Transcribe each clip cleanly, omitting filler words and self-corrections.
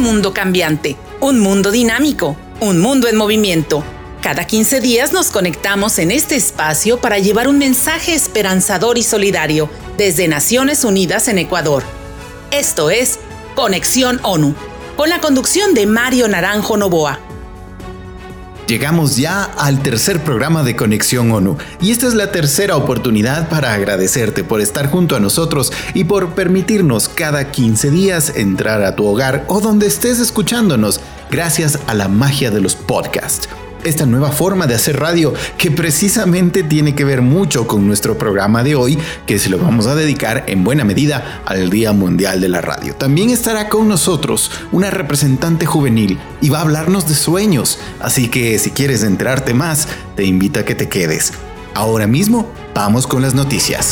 mundo cambiante, un mundo dinámico, un mundo en movimiento. Cada 15 días nos conectamos en este espacio para llevar un mensaje esperanzador y solidario desde Naciones Unidas en Ecuador. Esto es Conexión ONU, con la conducción de Mario Naranjo Novoa. Llegamos ya al tercer programa de Conexión ONU y esta es la tercera oportunidad para agradecerte por estar junto a nosotros y por permitirnos cada 15 días entrar a tu hogar o donde estés escuchándonos gracias a la magia de los podcasts. Esta nueva forma de hacer radio que precisamente tiene que ver mucho con nuestro programa de hoy, que se lo vamos a dedicar en buena medida al Día Mundial de la Radio. También estará con nosotros una representante juvenil y va a hablarnos de sueños, así que si quieres enterarte más, te invito a que te quedes. Ahora mismo, vamos con las noticias.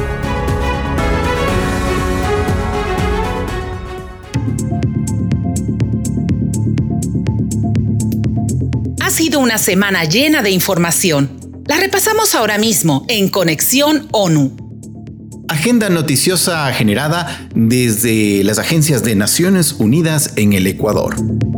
Ha sido una semana llena de información. La repasamos ahora mismo en Conexión ONU. Agenda noticiosa generada desde las agencias de Naciones Unidas en el Ecuador.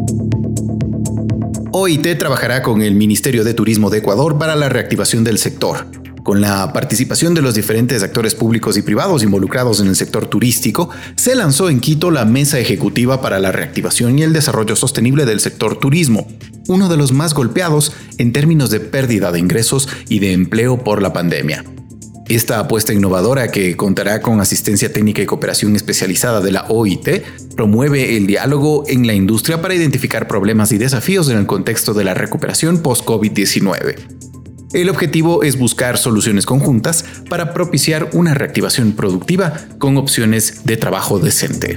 OIT trabajará con el Ministerio de Turismo de Ecuador para la reactivación del sector. Con la participación de los diferentes actores públicos y privados involucrados en el sector turístico, se lanzó en Quito la Mesa Ejecutiva para la Reactivación y el Desarrollo Sostenible del Sector Turismo, uno de los más golpeados en términos de pérdida de ingresos y de empleo por la pandemia. Esta apuesta innovadora, que contará con asistencia técnica y cooperación especializada de la OIT, promueve el diálogo en la industria para identificar problemas y desafíos en el contexto de la recuperación post-COVID-19. El objetivo es buscar soluciones conjuntas para propiciar una reactivación productiva con opciones de trabajo decente.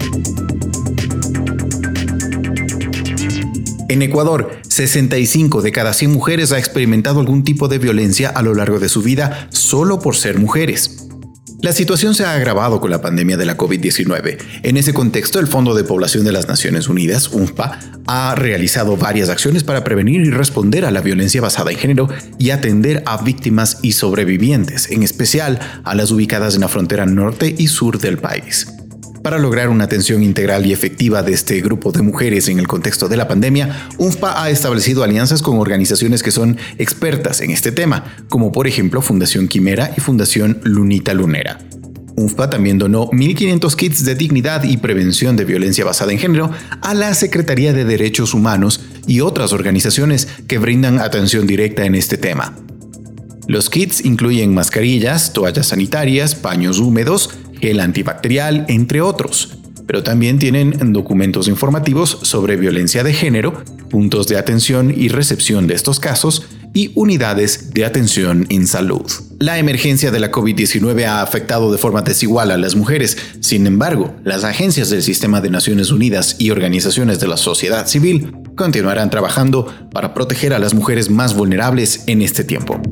En Ecuador, 65 de cada 100 mujeres ha experimentado algún tipo de violencia a lo largo de su vida solo por ser mujeres. La situación se ha agravado con la pandemia de la COVID-19. En ese contexto, el Fondo de Población de las Naciones Unidas, UNFPA, ha realizado varias acciones para prevenir y responder a la violencia basada en género y atender a víctimas y sobrevivientes, en especial a las ubicadas en la frontera norte y sur del país. Para lograr una atención integral y efectiva de este grupo de mujeres en el contexto de la pandemia, UNFPA ha establecido alianzas con organizaciones que son expertas en este tema, como por ejemplo Fundación Quimera y Fundación Lunita Lunera. UNFPA también donó 1.500 kits de dignidad y prevención de violencia basada en género a la Secretaría de Derechos Humanos y otras organizaciones que brindan atención directa en este tema. Los kits incluyen mascarillas, toallas sanitarias, paños húmedos, gel antibacterial, entre otros, pero también tienen documentos informativos sobre violencia de género, puntos de atención y recepción de estos casos y unidades de atención en salud. La emergencia de la COVID-19 ha afectado de forma desigual a las mujeres. Sin embargo, las agencias del Sistema de Naciones Unidas y organizaciones de la sociedad civil continuarán trabajando para proteger a las mujeres más vulnerables en este tiempo.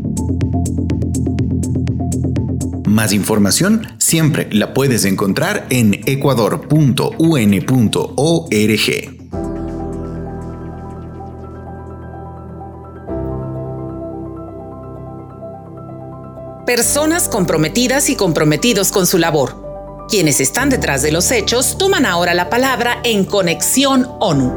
Más información siempre la puedes encontrar en ecuador.un.org. Personas comprometidas y comprometidos con su labor. Quienes están detrás de los hechos toman ahora la palabra en Conexión ONU.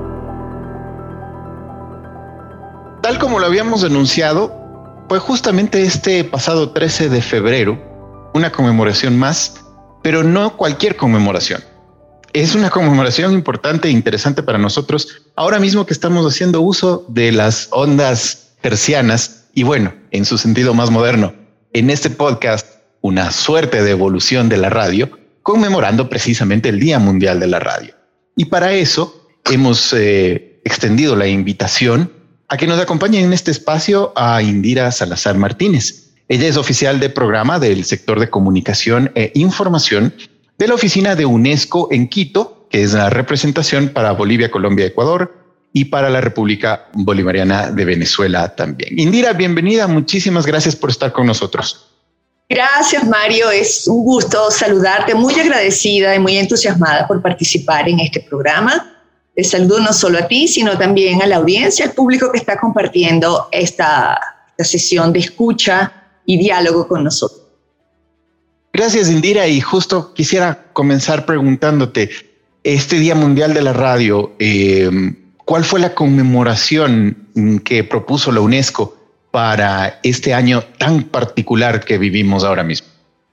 Tal como lo habíamos anunciado, fue justamente este pasado 13 de febrero una conmemoración más, pero no cualquier conmemoración. Es una conmemoración importante e interesante para nosotros ahora mismo que estamos haciendo uso de las ondas hercianas y bueno, en su sentido más moderno, en este podcast, una suerte de evolución de la radio, conmemorando precisamente el Día Mundial de la Radio. Y para eso hemos extendido la invitación a que nos acompañe en este espacio a Indira Salazar Martínez. Ella es oficial de programa del sector de comunicación e información de la oficina de UNESCO en Quito, que es la representación para Bolivia, Colombia, Ecuador y para la República Bolivariana de Venezuela también. Indira, bienvenida. Muchísimas gracias por estar con nosotros. Gracias, Mario. Es un gusto saludarte. Muy agradecida y muy entusiasmada por participar en este programa. Te saludo no solo a ti, sino también a la audiencia, al público que está compartiendo esta sesión de escucha y diálogo con nosotros. Gracias, Indira. Y justo quisiera comenzar preguntándote, este Día Mundial de la Radio, ¿cuál fue la conmemoración que propuso la UNESCO para este año tan particular que vivimos ahora mismo?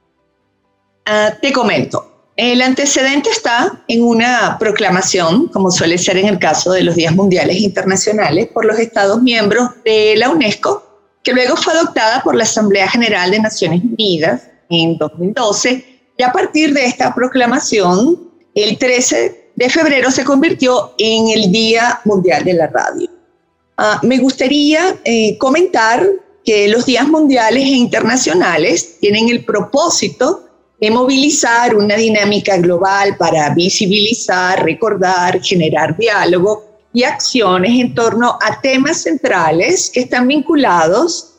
Te comento. El antecedente está en una proclamación, como suele ser en el caso de los Días Mundiales Internacionales, por los Estados miembros de la UNESCO, que luego fue adoptada por la Asamblea General de Naciones Unidas en 2012, y a partir de esta proclamación, el 13 de febrero se convirtió en el Día Mundial de la Radio. Me gustaría comentar que los Días Mundiales e Internacionales tienen el propósito de movilizar una dinámica global para visibilizar, recordar, generar diálogo y acciones en torno a temas centrales que están vinculados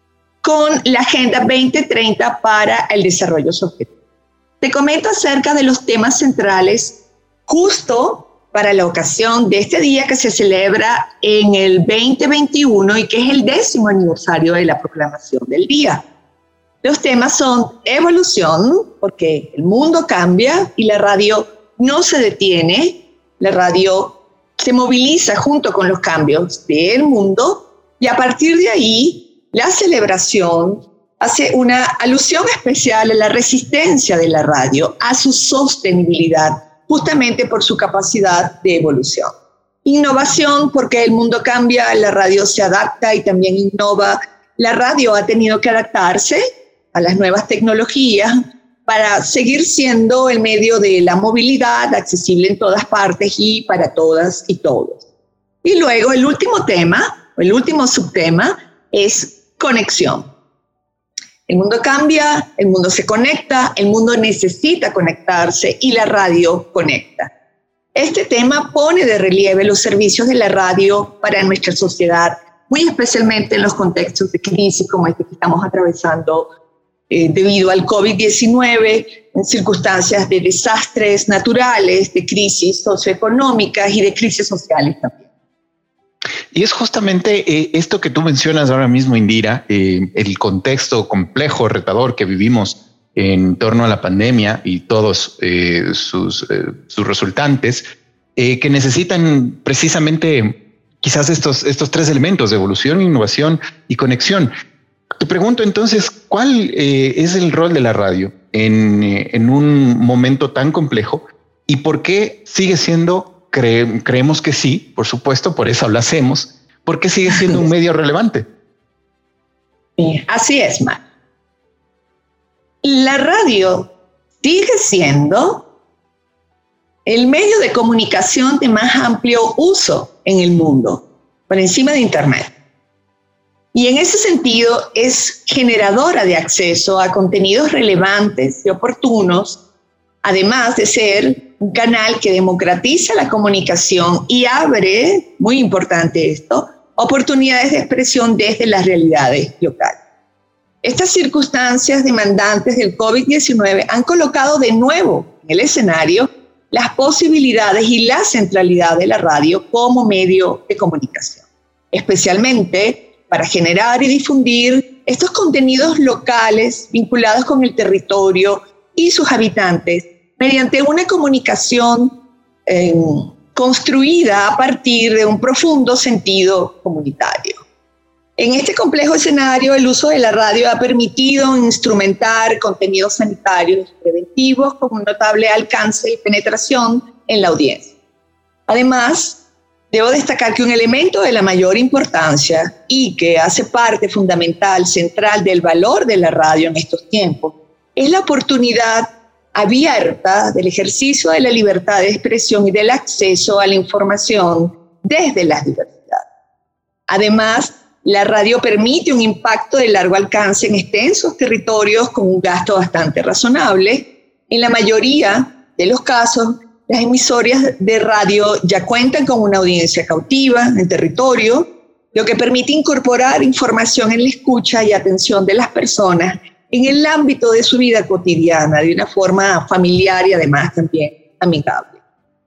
con la Agenda 2030 para el desarrollo sostenible. Te comento acerca de los temas centrales justo para la ocasión de este día que se celebra en el 2021 y que es el 10º aniversario de la proclamación del día. Los temas son evolución, porque el mundo cambia y la radio no se detiene. La radio se moviliza junto con los cambios del mundo y a partir de ahí la celebración hace una alusión especial a la resistencia de la radio, a su sostenibilidad, justamente por su capacidad de evolución. Innovación, porque el mundo cambia, la radio se adapta y también innova. La radio ha tenido que adaptarse a las nuevas tecnologías para seguir siendo el medio de la movilidad accesible en todas partes y para todas y todos. Y luego el último tema, el último subtema es conexión. El mundo cambia, el mundo se conecta, el mundo necesita conectarse y la radio conecta. Este tema pone de relieve los servicios de la radio para nuestra sociedad, muy especialmente en los contextos de crisis como este que estamos atravesando debido al COVID-19, en circunstancias de desastres naturales, de crisis socioeconómicas y de crisis sociales también. Y es justamente esto que tú mencionas ahora mismo, Indira, el contexto complejo, retador que vivimos en torno a la pandemia y todos sus resultantes, que necesitan precisamente quizás estos tres elementos de evolución, innovación y conexión. Te pregunto entonces, ¿cuál es el rol de la radio en un momento tan complejo y por qué sigue siendo, creemos que sí, por supuesto, por eso lo hacemos, ¿por qué sigue siendo un medio relevante? Así es, Mar. La radio sigue siendo el medio de comunicación de más amplio uso en el mundo, por encima de Internet. Y en ese sentido es generadora de acceso a contenidos relevantes y oportunos, además de ser un canal que democratiza la comunicación y abre, muy importante esto, oportunidades de expresión desde las realidades locales. Estas circunstancias demandantes del COVID-19 han colocado de nuevo en el escenario las posibilidades y la centralidad de la radio como medio de comunicación, especialmente para generar y difundir estos contenidos locales vinculados con el territorio y sus habitantes mediante una comunicación construida a partir de un profundo sentido comunitario. En este complejo escenario, el uso de la radio ha permitido instrumentar contenidos sanitarios preventivos con un notable alcance y penetración en la audiencia. Además, debo destacar que un elemento de la mayor importancia y que hace parte fundamental, central del valor de la radio en estos tiempos, es la oportunidad abierta del ejercicio de la libertad de expresión y del acceso a la información desde las diversidades. Además, la radio permite un impacto de largo alcance en extensos territorios con un gasto bastante razonable. En la mayoría de los casos, las emisoras de radio ya cuentan con una audiencia cautiva en el territorio, lo que permite incorporar información en la escucha y atención de las personas en el ámbito de su vida cotidiana, de una forma familiar y además también amigable.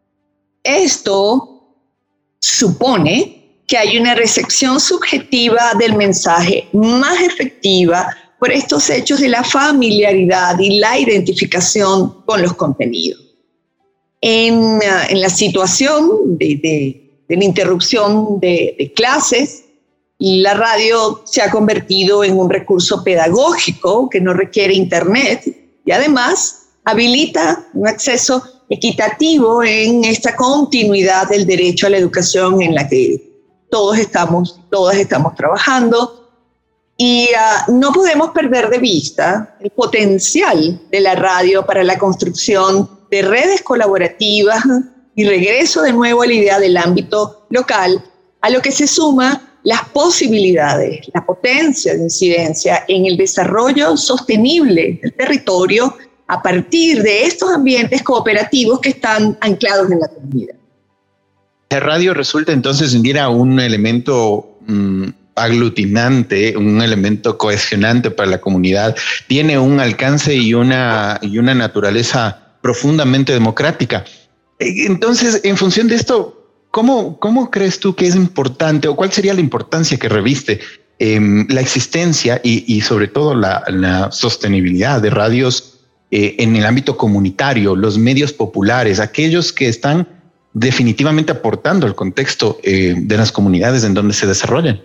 Esto supone que hay una recepción subjetiva del mensaje más efectiva por estos hechos de la familiaridad y la identificación con los contenidos. en la situación de la interrupción de clases, la radio se ha convertido en un recurso pedagógico que no requiere internet y además habilita un acceso equitativo en esta continuidad del derecho a la educación en la que todas estamos trabajando. Y no podemos perder de vista el potencial de la radio para la construcción de redes colaborativas y regreso de nuevo a la idea del ámbito local, a lo que se suma las posibilidades, la potencia de incidencia en el desarrollo sostenible del territorio a partir de estos ambientes cooperativos que están anclados en la comunidad. La radio resulta entonces, Indira, un elemento aglutinante, un elemento cohesionante para la comunidad. Tiene un alcance y una naturaleza profundamente democrática. Entonces, en función de esto, ¿cómo crees tú que es importante o cuál sería la importancia que reviste la existencia y sobre todo la sostenibilidad de radios en el ámbito comunitario, los medios populares, aquellos que están definitivamente aportando al contexto de las comunidades en donde se desarrollan?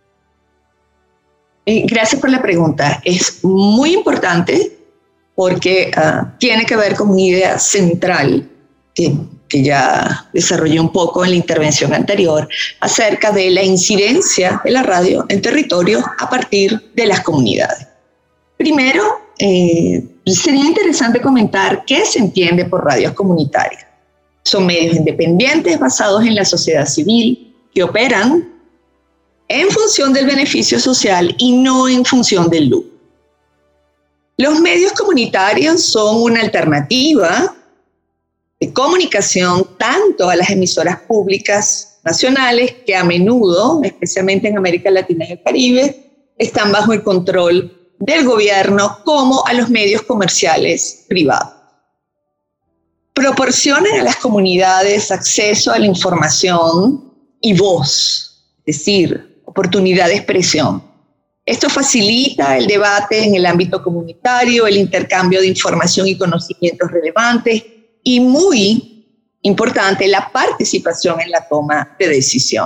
Gracias por la pregunta. Es muy importante porque tiene que ver con una idea central que ya desarrollé un poco en la intervención anterior acerca de la incidencia de la radio en territorios a partir de las comunidades. Primero, sería interesante comentar qué se entiende por radios comunitarias. Son medios independientes basados en la sociedad civil que operan en función del beneficio social y no en función del lucro. Los medios comunitarios son una alternativa de comunicación tanto a las emisoras públicas nacionales que a menudo, especialmente en América Latina y el Caribe, están bajo el control del gobierno, como a los medios comerciales privados. Proporcionan a las comunidades acceso a la información y voz, es decir, oportunidad de expresión. Esto facilita el debate en el ámbito comunitario, el intercambio de información y conocimientos relevantes y, muy importante, la participación en la toma de decisión.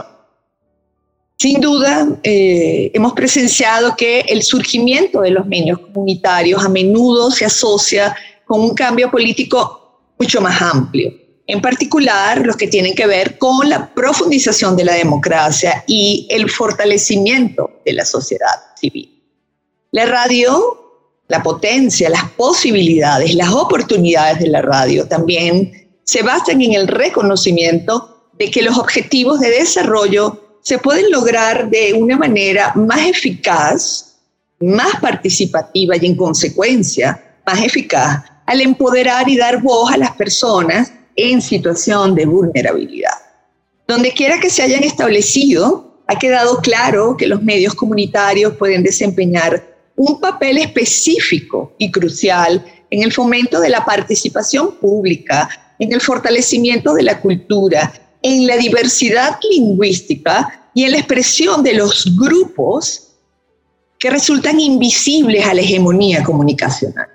Sin duda, hemos presenciado que el surgimiento de los medios comunitarios a menudo se asocia con un cambio político mucho más amplio, en particular los que tienen que ver con la profundización de la democracia y el fortalecimiento de la sociedad civil. La radio, la potencia, las posibilidades, las oportunidades de la radio también se basan en el reconocimiento de que los objetivos de desarrollo se pueden lograr de una manera más eficaz, más participativa y en consecuencia más eficaz al empoderar y dar voz a las personas en situación de vulnerabilidad. Donde quiera que se hayan establecido, ha quedado claro que los medios comunitarios pueden desempeñar un papel específico y crucial en el fomento de la participación pública, en el fortalecimiento de la cultura, en la diversidad lingüística y en la expresión de los grupos que resultan invisibles a la hegemonía comunicacional.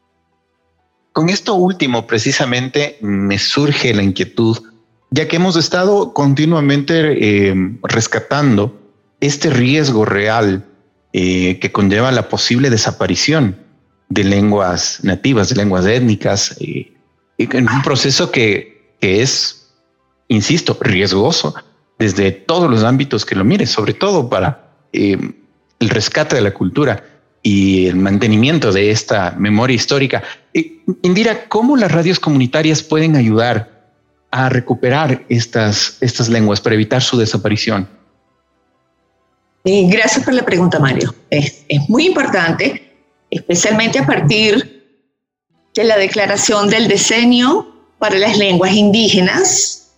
Con esto último, precisamente, me surge la inquietud, ya que hemos estado continuamente rescatando este riesgo real que conlleva la posible desaparición de lenguas nativas, de lenguas étnicas, en un proceso que es, insisto, riesgoso desde todos los ámbitos que lo mire, sobre todo para el rescate de la cultura y el mantenimiento de esta memoria histórica. Indira, ¿cómo las radios comunitarias pueden ayudar a recuperar estas lenguas para evitar su desaparición? Gracias por la pregunta, Mario. Es muy importante, especialmente a partir de la declaración del Decenio para las Lenguas Indígenas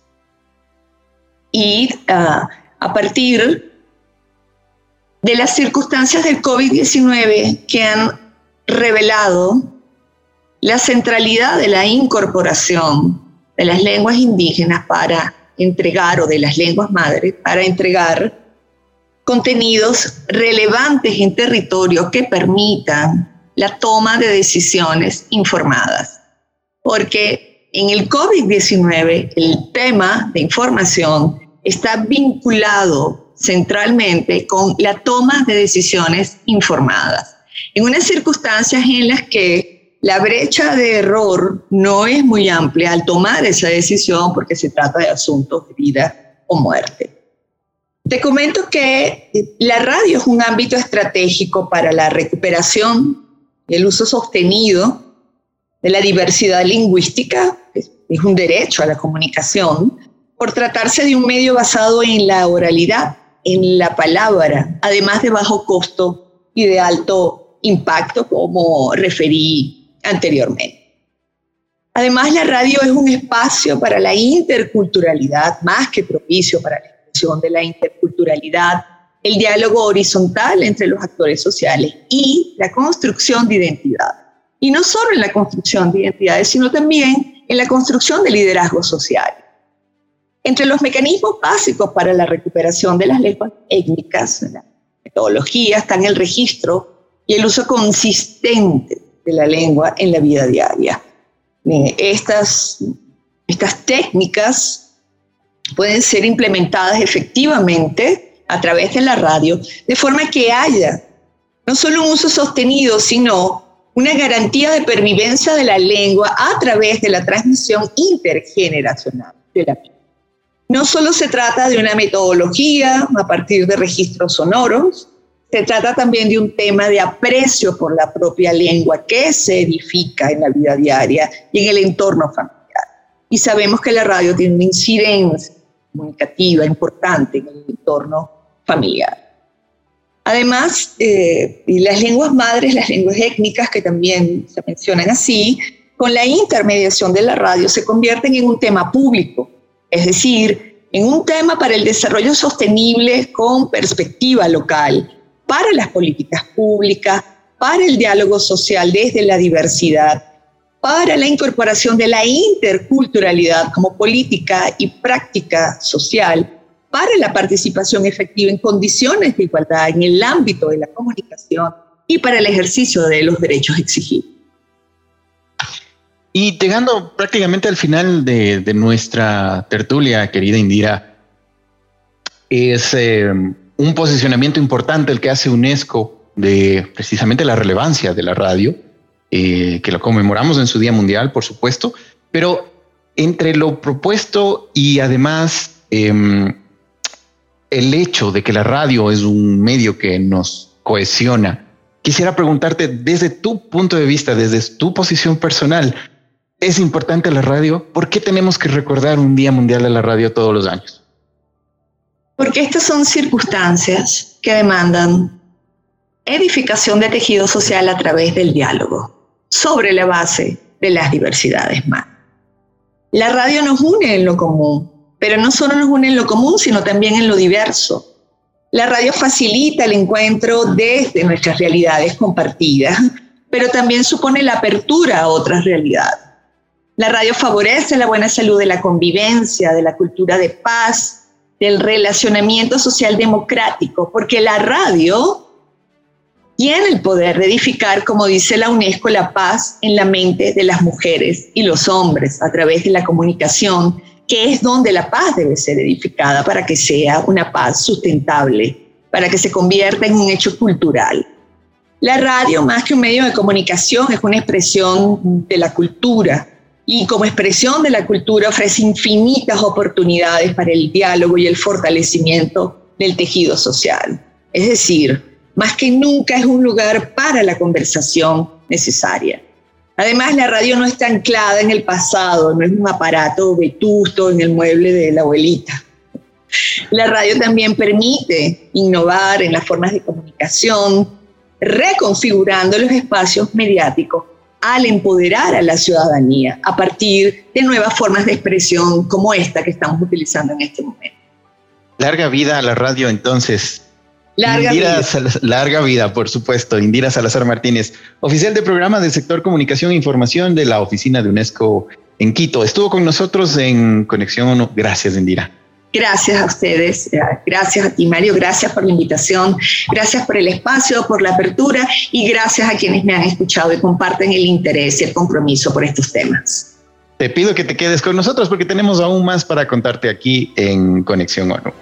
y a partir de las circunstancias del COVID-19 que han revelado la centralidad de la incorporación de las lenguas indígenas para entregar, o de las lenguas madres, para entregar contenidos relevantes en territorios que permitan la toma de decisiones informadas. Porque en el COVID-19 el tema de información está vinculado centralmente con la toma de decisiones informadas, en unas circunstancias en las que la brecha de error no es muy amplia al tomar esa decisión porque se trata de asuntos de vida o muerte. Te comento que la radio es un ámbito estratégico para la recuperación y el uso sostenido de la diversidad lingüística. Es un derecho a la comunicación por tratarse de un medio basado en la oralidad, en la palabra, además de bajo costo y de alto impacto, como referí anteriormente. Además, la radio es un espacio para la interculturalidad, más que propicio para la expresión de la interculturalidad, el diálogo horizontal entre los actores sociales y la construcción de identidad. Y no solo en la construcción de identidades, sino también en la construcción de liderazgos sociales. Entre los mecanismos básicos para la recuperación de las lenguas étnicas, la metodología, están el registro y el uso consistente de la lengua en la vida diaria. Estas técnicas pueden ser implementadas efectivamente a través de la radio, de forma que haya no solo un uso sostenido, sino una garantía de pervivencia de la lengua a través de la transmisión intergeneracional de la misma. No solo se trata de una metodología a partir de registros sonoros, se trata también de un tema de aprecio por la propia lengua que se edifica en la vida diaria y en el entorno familiar. Y sabemos que la radio tiene una incidencia comunicativa importante en el entorno familiar. Además, las lenguas madres, las lenguas étnicas, que también se mencionan así, con la intermediación de la radio se convierten en un tema público, es decir, en un tema para el desarrollo sostenible con perspectiva local, para las políticas públicas, para el diálogo social desde la diversidad, para la incorporación de la interculturalidad como política y práctica social, para la participación efectiva en condiciones de igualdad en el ámbito de la comunicación y para el ejercicio de los derechos exigidos. Y llegando prácticamente al final de nuestra tertulia, querida Indira, es un posicionamiento importante el que hace UNESCO de precisamente la relevancia de la radio, que lo conmemoramos en su Día Mundial, por supuesto, pero entre lo propuesto y además el hecho de que la radio es un medio que nos cohesiona, quisiera preguntarte desde tu punto de vista, desde tu posición personal, ¿es importante la radio? ¿Por qué tenemos que recordar un Día Mundial de la Radio todos los años? Porque estas son circunstancias que demandan edificación de tejido social a través del diálogo, sobre la base de las diversidades más. La radio nos une en lo común, pero no solo nos une en lo común, sino también en lo diverso. La radio facilita el encuentro desde nuestras realidades compartidas, pero también supone la apertura a otras realidades. La radio favorece la buena salud de la convivencia, de la cultura de paz, del relacionamiento social democrático, porque la radio tiene el poder de edificar, como dice la UNESCO, la paz en la mente de las mujeres y los hombres a través de la comunicación, que es donde la paz debe ser edificada para que sea una paz sustentable, para que se convierta en un hecho cultural. La radio, más que un medio de comunicación, es una expresión de la cultura, y como expresión de la cultura ofrece infinitas oportunidades para el diálogo y el fortalecimiento del tejido social. Es decir, más que nunca es un lugar para la conversación necesaria. Además, la radio no está anclada en el pasado, no es un aparato vetusto en el mueble de la abuelita. La radio también permite innovar en las formas de comunicación, reconfigurando los espacios mediáticos al empoderar a la ciudadanía a partir de nuevas formas de expresión como esta que estamos utilizando en este momento. Larga vida a la radio, entonces. Larga vida, por supuesto. Indira Salazar Martínez, oficial de programa del sector Comunicación e Información de la Oficina de UNESCO en Quito. Estuvo con nosotros en Conexión ONU. Gracias, Indira. Gracias a ustedes, gracias a ti, Mario, gracias por la invitación, gracias por el espacio, por la apertura y gracias a quienes me han escuchado y comparten el interés y el compromiso por estos temas. te pido que te quedes con nosotros porque tenemos aún más para contarte aquí en Conexión ONU.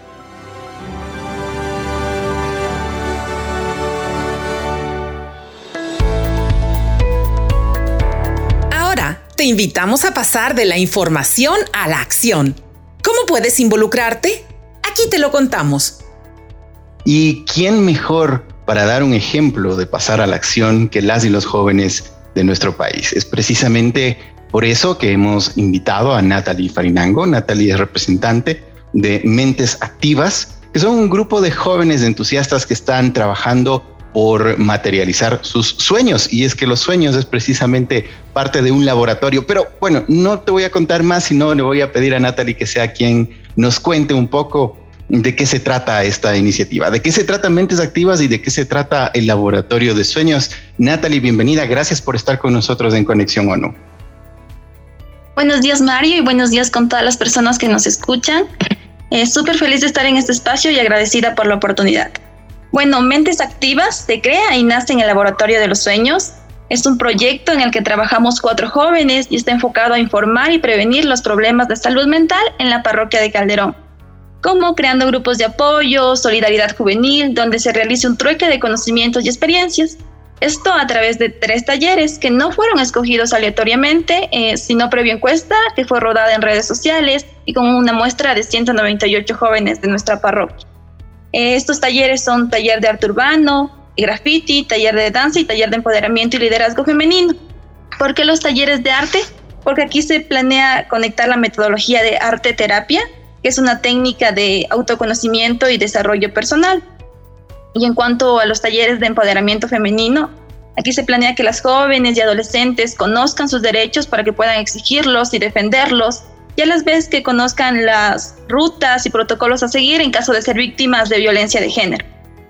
Ahora te invitamos a pasar de la información a la acción. ¿Cómo puedes involucrarte? Aquí te lo contamos. ¿Y quién mejor para dar un ejemplo de pasar a la acción que las y los jóvenes de nuestro país? Es precisamente por eso que hemos invitado a Natalie Farinango. Natalie es representante de Mentes Activas, que son un grupo de jóvenes entusiastas que están trabajando por materializar sus sueños. Y es que los sueños es precisamente parte de un laboratorio. Pero bueno, no te voy a contar más, sino le voy a pedir a Natalie que sea quien nos cuente un poco de qué se trata esta iniciativa, de qué se trata Mentes Activas y de qué se trata el Laboratorio de Sueños. Natalie, bienvenida. Gracias por estar con nosotros en Conexión ONU. Buenos días, Mario, y buenos días con todas las personas que nos escuchan. Súper feliz de estar en este espacio y agradecida por la oportunidad. Bueno, Mentes Activas se crea y nace en el Laboratorio de los Sueños. Es un proyecto en el que trabajamos 4 jóvenes y está enfocado a informar y prevenir los problemas de salud mental en la parroquia de Calderón, como creando grupos de apoyo, solidaridad juvenil, donde se realice un trueque de conocimientos y experiencias. Esto a través de 3 talleres que no fueron escogidos aleatoriamente, sino previa encuesta que fue rodada en redes sociales y con una muestra de 198 jóvenes de nuestra parroquia. Estos talleres son taller de arte urbano, graffiti, taller de danza y taller de empoderamiento y liderazgo femenino. ¿Por qué los talleres de arte? Porque aquí se planea conectar la metodología de arte terapia, que es una técnica de autoconocimiento y desarrollo personal. Y en cuanto a los talleres de empoderamiento femenino, aquí se planea que las jóvenes y adolescentes conozcan sus derechos para que puedan exigirlos y defenderlos, y a la vez que conozcan las rutas y protocolos a seguir en caso de ser víctimas de violencia de género.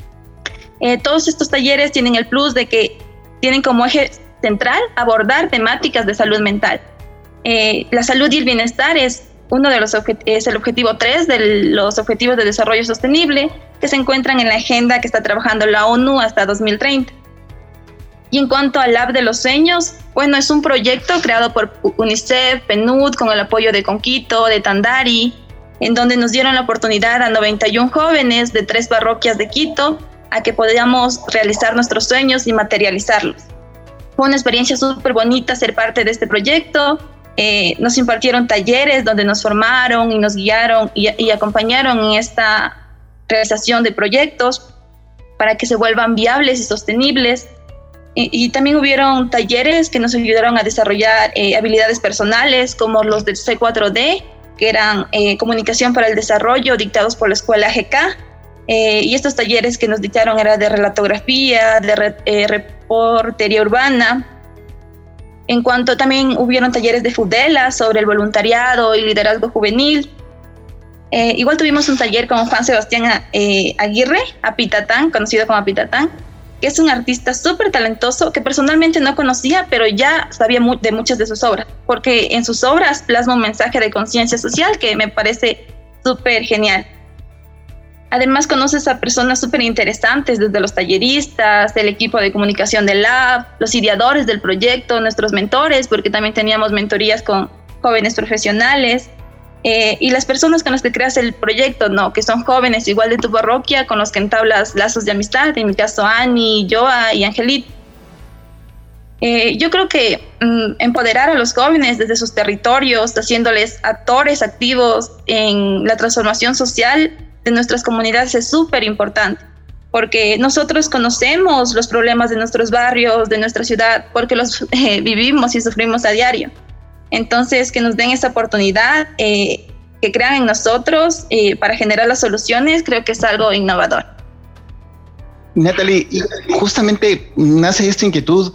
Todos estos talleres tienen el plus de que tienen como eje central abordar temáticas de salud mental. La salud y el bienestar es el objetivo 3 de los Objetivos de Desarrollo Sostenible, que se encuentran en la agenda que está trabajando la ONU hasta 2030. Y en cuanto al Lab de los Sueños, bueno, es un proyecto creado por UNICEF, PNUD, con el apoyo de Conquito, de Tandari, en donde nos dieron la oportunidad a 91 jóvenes de 3 parroquias de Quito a que podamos realizar nuestros sueños y materializarlos. Fue una experiencia súper bonita ser parte de este proyecto. Nos impartieron talleres donde nos formaron y nos guiaron y acompañaron en esta realización de proyectos para que se vuelvan viables y sostenibles. Y también hubieron talleres que nos ayudaron a desarrollar habilidades personales como los del C4D, que eran comunicación para el desarrollo, dictados por la escuela GK. Y estos talleres que nos dictaron eran de relatografía, de reportería urbana. En cuanto también hubieron talleres de Fudela sobre el voluntariado y liderazgo juvenil. Igual tuvimos un taller con Juan Sebastián Aguirre, Apitatán, conocido como Apitatán, que es un artista súper talentoso que personalmente no conocía, pero ya sabía de muchas de sus obras, porque en sus obras plasma un mensaje de conciencia social que me parece súper genial. Además, conoces a personas súper interesantes, desde los talleristas, el equipo de comunicación del Lab, los ideadores del proyecto, nuestros mentores, porque también teníamos mentorías con jóvenes profesionales, y las personas con las que creas el proyecto, ¿no? Que son jóvenes igual de tu parroquia, con los que entablas lazos de amistad, en mi caso Ani, Joa y Angelit. Yo creo que empoderar a los jóvenes desde sus territorios, haciéndoles actores activos en la transformación social de nuestras comunidades es súper importante, porque nosotros conocemos los problemas de nuestros barrios, de nuestra ciudad, porque los vivimos y sufrimos a diario. Entonces, que nos den esa oportunidad, que crean en nosotros para generar las soluciones, creo que es algo innovador. Natalie, justamente nace esta inquietud,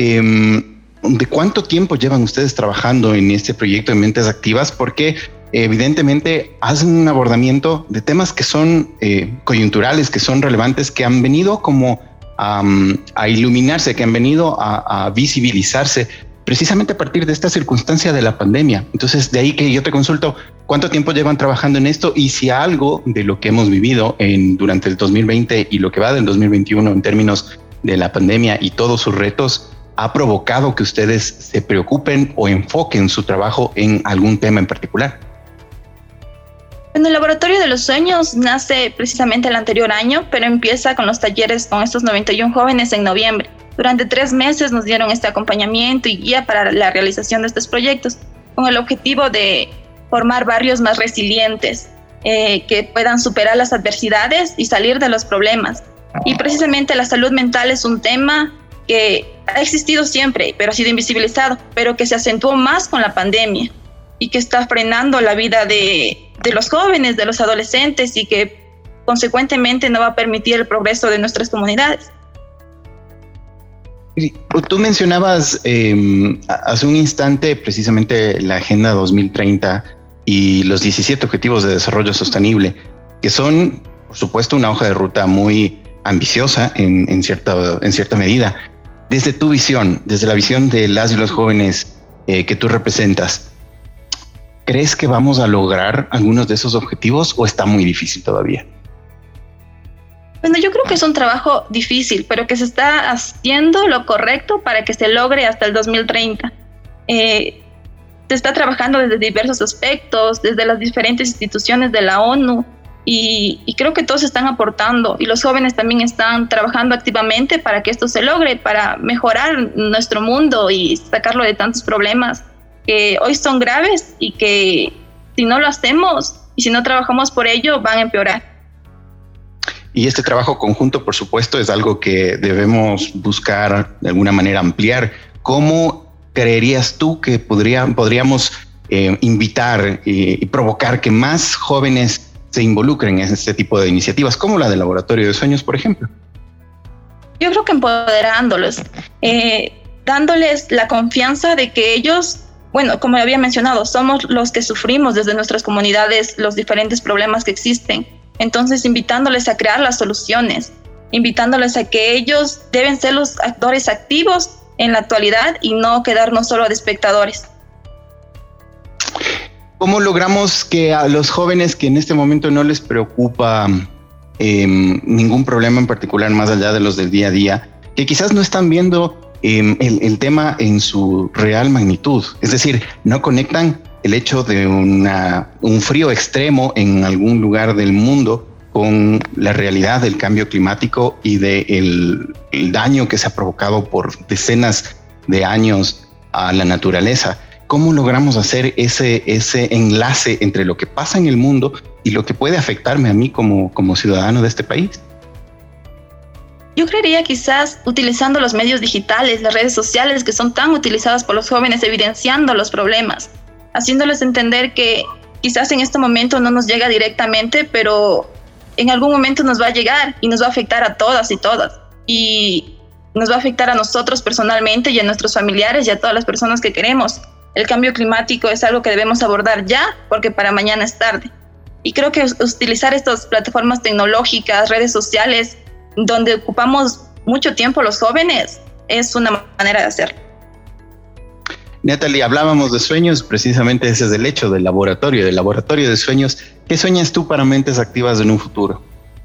¿de cuánto tiempo llevan ustedes trabajando en este proyecto de Mentes Activas? Porque evidentemente hacen un abordamiento de temas que son coyunturales, que son relevantes, que han venido como a iluminarse, que han venido a visibilizarse precisamente a partir de esta circunstancia de la pandemia. Entonces, de ahí que yo te consulto, ¿cuánto tiempo llevan trabajando en esto? Y si algo de lo que hemos vivido durante el 2020 y lo que va del 2021 en términos de la pandemia y todos sus retos, ha provocado que ustedes se preocupen o enfoquen su trabajo en algún tema en particular? Bueno, el Laboratorio de los Sueños nace precisamente el anterior año, pero empieza con los talleres con estos 91 jóvenes en noviembre. Durante 3 meses nos dieron este acompañamiento y guía para la realización de estos proyectos, con el objetivo de formar barrios más resilientes, que puedan superar las adversidades y salir de los problemas. Y precisamente la salud mental es un tema que ha existido siempre, pero ha sido invisibilizado, pero que se acentuó más con la pandemia y que está frenando la vida de los jóvenes, de los adolescentes, y que consecuentemente no va a permitir el progreso de nuestras comunidades. Tú mencionabas hace un instante precisamente la Agenda 2030 y los 17 Objetivos de Desarrollo Sostenible, que son, por supuesto, una hoja de ruta muy ambiciosa en cierta medida. Desde tu visión, desde la visión de las y los jóvenes que tú representas, ¿crees que vamos a lograr algunos de esos objetivos o está muy difícil todavía? Bueno, yo creo que es un trabajo difícil, pero que se está haciendo lo correcto para que se logre hasta el 2030. Se está trabajando desde diversos aspectos, desde las diferentes instituciones de la ONU, y creo que todos están aportando, y los jóvenes también están trabajando activamente para que esto se logre, para mejorar nuestro mundo y sacarlo de tantos problemas que hoy son graves y que si no lo hacemos y si no trabajamos por ello van a empeorar. Y este trabajo conjunto, por supuesto, es algo que debemos buscar de alguna manera ampliar. ¿Cómo creerías tú que podríamos invitar y provocar que más jóvenes se involucren en este tipo de iniciativas, como la del Laboratorio de Sueños, por ejemplo? Yo creo que empoderándolos, dándoles la confianza de que ellos, bueno, como había mencionado, somos los que sufrimos desde nuestras comunidades los diferentes problemas que existen. Entonces, invitándoles a crear las soluciones, invitándoles a que ellos deben ser los actores activos en la actualidad y no quedarnos solo de espectadores. ¿Cómo logramos que a los jóvenes que en este momento no les preocupa ningún problema en particular más allá de los del día a día, que quizás no están viendo el tema en su real magnitud? Es decir, no conectan el hecho de un frío extremo en algún lugar del mundo con la realidad del cambio climático y del daño que se ha provocado por decenas de años a la naturaleza. ¿Cómo logramos hacer ese enlace entre lo que pasa en el mundo y lo que puede afectarme a mí como ciudadano de este país? Yo creería quizás utilizando los medios digitales, las redes sociales que son tan utilizadas por los jóvenes, evidenciando los problemas, haciéndoles entender que quizás en este momento no nos llega directamente, pero en algún momento nos va a llegar y nos va a afectar a todas y todas. Y nos va a afectar a nosotros personalmente y a nuestros familiares y a todas las personas que queremos. El cambio climático es algo que debemos abordar ya, porque para mañana es tarde. Y creo que utilizar estas plataformas tecnológicas, redes sociales, donde ocupamos mucho tiempo los jóvenes, es una manera de hacerlo. Natalie, hablábamos de sueños, precisamente ese es el hecho del laboratorio de sueños. ¿Qué sueñas tú para Mentes Activas en un futuro?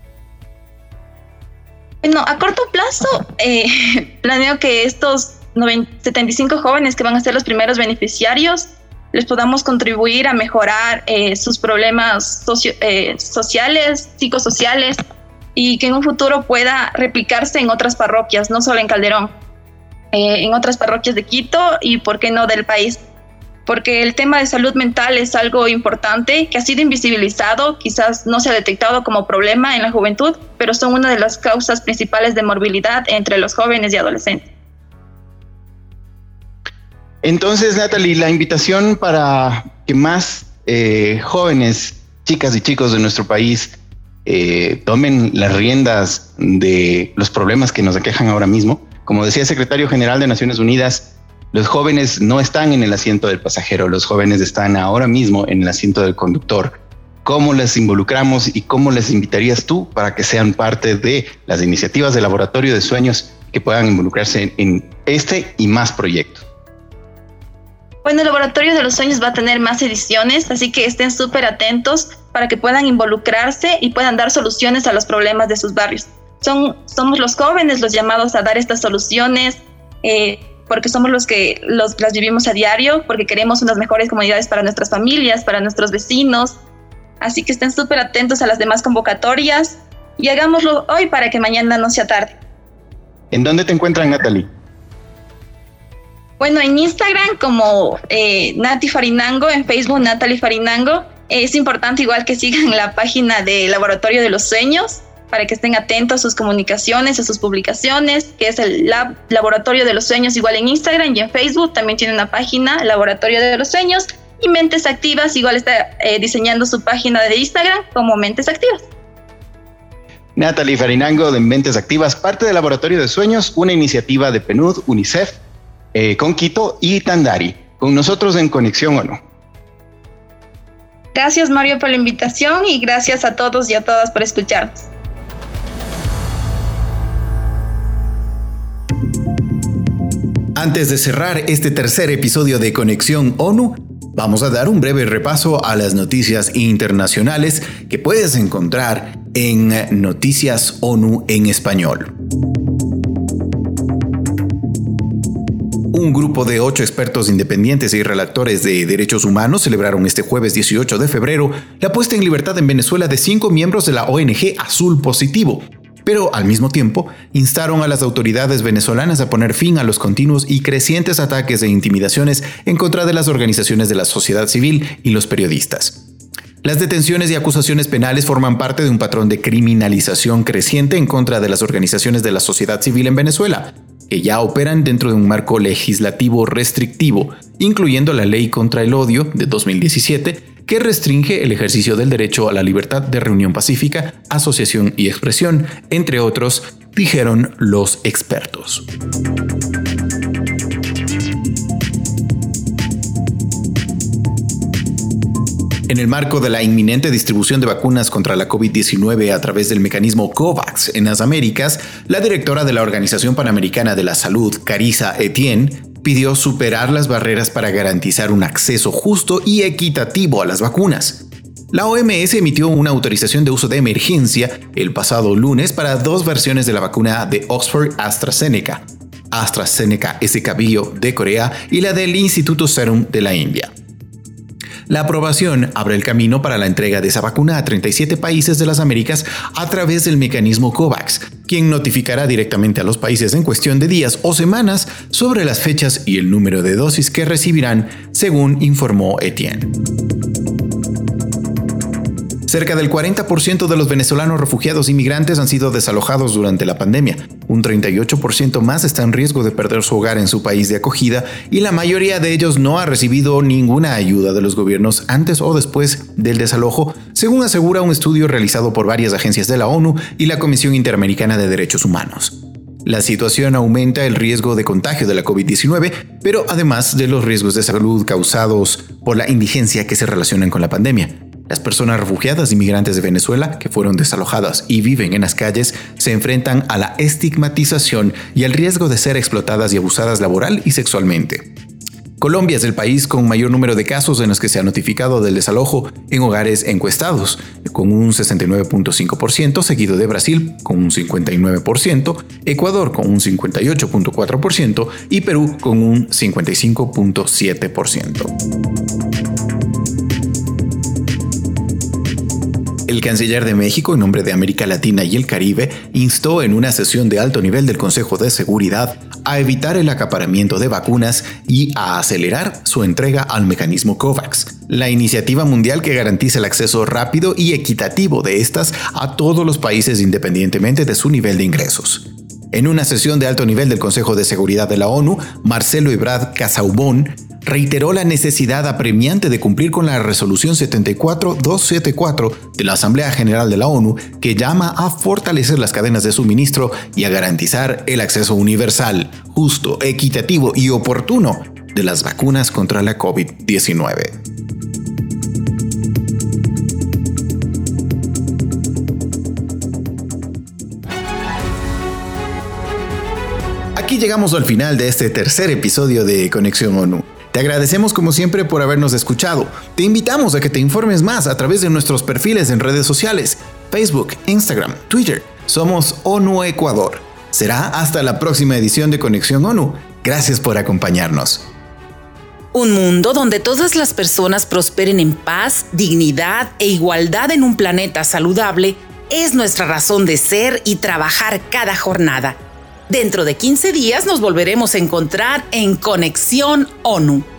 Bueno, a corto plazo, planeo que estos 75 jóvenes que van a ser los primeros beneficiarios, les podamos contribuir a mejorar sus problemas sociales, psicosociales, y que en un futuro pueda replicarse en otras parroquias, no solo en Calderón, en otras parroquias de Quito y, por qué no, del país. Porque el tema de salud mental es algo importante que ha sido invisibilizado, quizás no se ha detectado como problema en la juventud, pero son una de las causas principales de morbilidad entre los jóvenes y adolescentes. Entonces, Natalie, la invitación para que más jóvenes, chicas y chicos de nuestro país tomen las riendas de los problemas que nos aquejan ahora mismo. Como decía el secretario general de Naciones Unidas, los jóvenes no están en el asiento del pasajero, los jóvenes están ahora mismo en el asiento del conductor. ¿Cómo les involucramos y cómo les invitarías tú para que sean parte de las iniciativas del Laboratorio de Sueños que puedan involucrarse en este y más proyectos? Bueno, el Laboratorio de los Sueños va a tener más ediciones, así que estén súper atentos para que puedan involucrarse y puedan dar soluciones a los problemas de sus barrios. Somos los jóvenes los llamados a dar estas soluciones, porque somos los que las vivimos a diario, porque queremos unas mejores comunidades para nuestras familias, para nuestros vecinos. Así que estén súper atentos a las demás convocatorias y hagámoslo hoy para que mañana no sea tarde. ¿En dónde te encuentran, Natalie? Bueno, en Instagram como Nati Farinango, en Facebook Natalie Farinango. Es importante igual que sigan la página de Laboratorio de los Sueños para que estén atentos a sus comunicaciones, a sus publicaciones, que es el Laboratorio de los Sueños igual en Instagram y en Facebook. También tiene una página, Laboratorio de los Sueños. Y Mentes Activas igual está diseñando su página de Instagram como Mentes Activas. Natalie Farinango de Mentes Activas, parte del Laboratorio de Sueños, una iniciativa de PNUD, UNICEF, Conquito y Tandari. Con nosotros en Conexión ONU. Gracias, Mario, por la invitación y gracias a todos y a todas por escucharnos. Antes de cerrar este tercer episodio de Conexión ONU, vamos a dar un breve repaso a las noticias internacionales que puedes encontrar en Noticias ONU en español. Un grupo de 8 expertos independientes y relatores de derechos humanos celebraron este jueves 18 de febrero la puesta en libertad en Venezuela de 5 miembros de la ONG Azul Positivo, pero al mismo tiempo instaron a las autoridades venezolanas a poner fin a los continuos y crecientes ataques e intimidaciones en contra de las organizaciones de la sociedad civil y los periodistas. Las detenciones y acusaciones penales forman parte de un patrón de criminalización creciente en contra de las organizaciones de la sociedad civil en Venezuela, que ya operan dentro de un marco legislativo restrictivo, incluyendo la Ley contra el Odio de 2017, que restringe el ejercicio del derecho a la libertad de reunión pacífica, asociación y expresión, entre otros, dijeron los expertos. En el marco de la inminente distribución de vacunas contra la COVID-19 a través del mecanismo COVAX en las Américas, la directora de la Organización Panamericana de la Salud, Carissa Etienne, pidió superar las barreras para garantizar un acceso justo y equitativo a las vacunas. La OMS emitió una autorización de uso de emergencia el pasado lunes para 2 versiones de la vacuna de Oxford AstraZeneca SK Bio de Corea y la del Instituto Serum de la India. La aprobación abre el camino para la entrega de esa vacuna a 37 países de las Américas a través del mecanismo COVAX, quien notificará directamente a los países en cuestión de días o semanas sobre las fechas y el número de dosis que recibirán, según informó Etienne. Cerca del 40% de los venezolanos refugiados inmigrantes han sido desalojados durante la pandemia. Un 38% más está en riesgo de perder su hogar en su país de acogida y la mayoría de ellos no ha recibido ninguna ayuda de los gobiernos antes o después del desalojo, según asegura un estudio realizado por varias agencias de la ONU y la Comisión Interamericana de Derechos Humanos. La situación aumenta el riesgo de contagio de la COVID-19, pero además de los riesgos de salud causados por la indigencia que se relacionan con la pandemia. Las personas refugiadas inmigrantes de Venezuela que fueron desalojadas y viven en las calles se enfrentan a la estigmatización y al riesgo de ser explotadas y abusadas laboral y sexualmente. Colombia es el país con mayor número de casos en los que se ha notificado del desalojo en hogares encuestados, con un 69.5%, seguido de Brasil con un 59%, Ecuador con un 58.4% y Perú con un 55.7%. El canciller de México, en nombre de América Latina y el Caribe, instó en una sesión de alto nivel del Consejo de Seguridad a evitar el acaparamiento de vacunas y a acelerar su entrega al mecanismo COVAX, la iniciativa mundial que garantiza el acceso rápido y equitativo de estas a todos los países independientemente de su nivel de ingresos. En una sesión de alto nivel del Consejo de Seguridad de la ONU, Marcelo Ebrard Casaubon reiteró la necesidad apremiante de cumplir con la resolución 74274 de la Asamblea General de la ONU, que llama a fortalecer las cadenas de suministro y a garantizar el acceso universal, justo, equitativo y oportuno de las vacunas contra la COVID-19. Aquí llegamos al final de este tercer episodio de Conexión ONU. Te agradecemos como siempre por habernos escuchado. Te invitamos a que te informes más a través de nuestros perfiles en redes sociales, Facebook, Instagram, Twitter. Somos ONU Ecuador. Será hasta la próxima edición de Conexión ONU. Gracias por acompañarnos. Un mundo donde todas las personas prosperen en paz, dignidad e igualdad en un planeta saludable es nuestra razón de ser y trabajar cada jornada. Dentro de 15 días nos volveremos a encontrar en Conexión ONU.